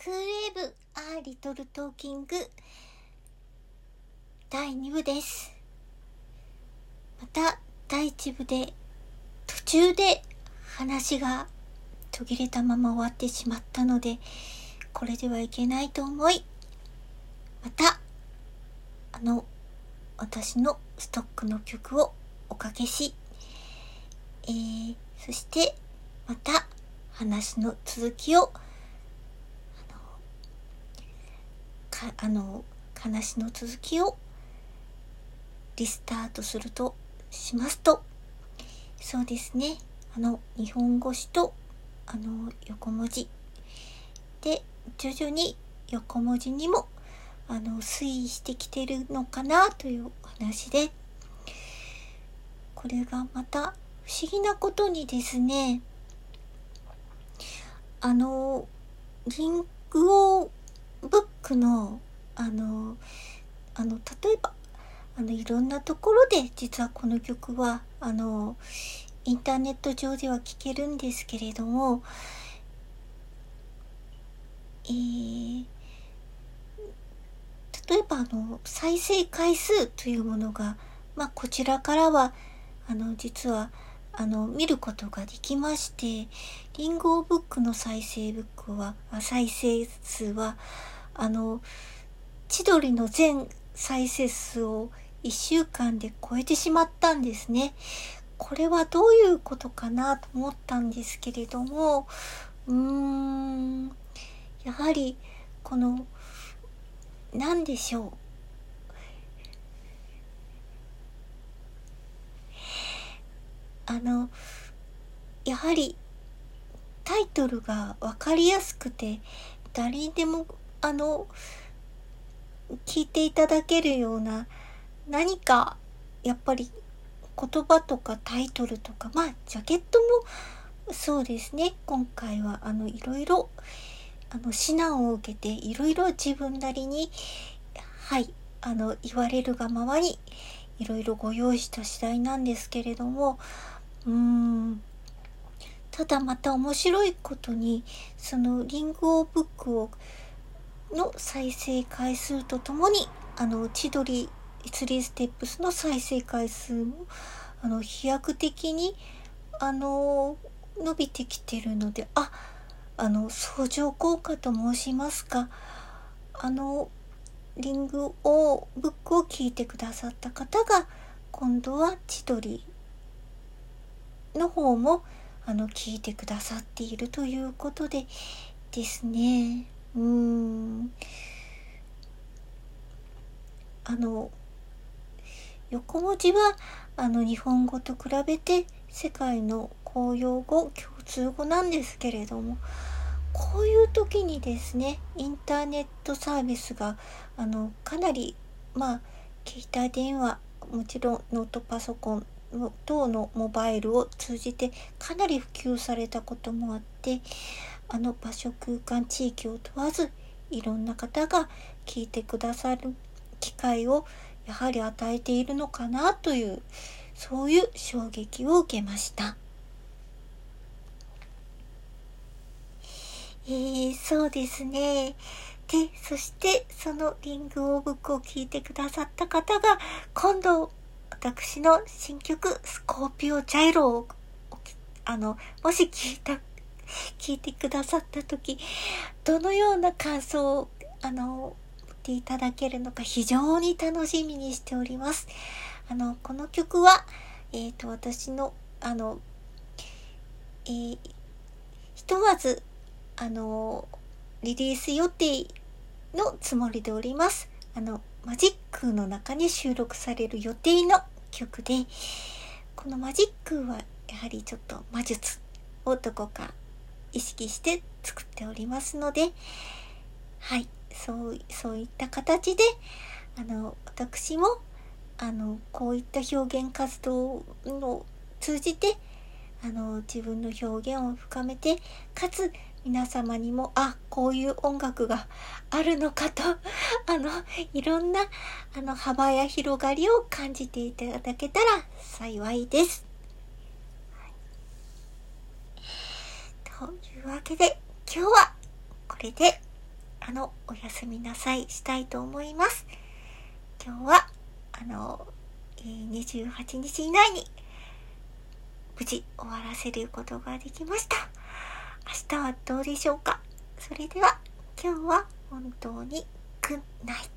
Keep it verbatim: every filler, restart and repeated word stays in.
クールウェーブアーリトルトーキングだいに部です。まただいいち部で途中で話が途切れたまま終わってしまったので、これではいけないと思い、またあの私のストックの曲をおかけし、えー、そしてまた話の続きをかあの話の続きをリスタートするとしますと、そうですね、あの日本語詞とあの横文字で徐々に横文字にもあの推移してきてるのかなというお話で、これがまた不思議なことにですね、あのリングをブックのあのあの例えばあのいろんなところで実はこの曲はあのインターネット上では聴けるんですけれども、えー、例えばあの再生回数というものが、まあ、こちらからはあの実はあの見ることができまして、リンゴブックの再生ブックは再生数はあの千鳥の全再生数をいっしゅうかんで超えてしまったんですね。これはどういうことかなと思ったんですけれども、うーんやはりこの何でしょう、あのやはりタイトルが分かりやすくて誰にでもあの聞いていただけるような何かやっぱり言葉とかタイトルとか、まあジャケットもそうですね、今回はあのいろいろあの指南を受けていろいろ自分なりにはいあの言われるがままにいろいろご用意した次第なんですけれども、うーんただまた面白いことにそのリンゴブックをの再生回数とともにあの千鳥スリーステップスの再生回数もあの飛躍的にあの伸びてきてるので、ああの相乗効果と申しますか、あのリングをブックを聞いてくださった方が今度は千鳥の方もあの聞いてくださっているということでですね、うーんあの横文字はあの日本語と比べて世界の公用語共通語なんですけれども、こういう時にですねインターネットサービスがあのかなりまあ携帯電話もちろんノートパソコン等のモバイルを通じてかなり普及されたこともあって、あの場所空間地域を問わずいろんな方が聞いてくださる機会をやはり与えているのかなという、そういう衝撃を受けました。えー、そうですね。で、そしてそのリングオブックを聞いてくださった方が今度私の新曲スコーピオジャイロをあのもし聞いた聞いてくださった時どのような感想をあの持っていただけるのか非常に楽しみにしております。あのこの曲はえっと私のあのえー、ひとまずあのリリース予定のつもりでおります。あのマジックの中に収録される予定の曲で、このマジックはやはりちょっと魔術をどこか意識して作っておりますので、はいそうそういった形であの私もあのこういった表現活動を通じてあの自分の表現を深めて、かつ皆様にもあこういう音楽があるのかとあのいろんなあの幅や広がりを感じていただけたら幸いです、はい、というわけで今日はこれであの、おやすみなさいしたいと思います。今日は、あの、にじゅうはちにち以内に無事終わらせることができました。明日はどうでしょうか。それでは、今日は本当にグッナイト。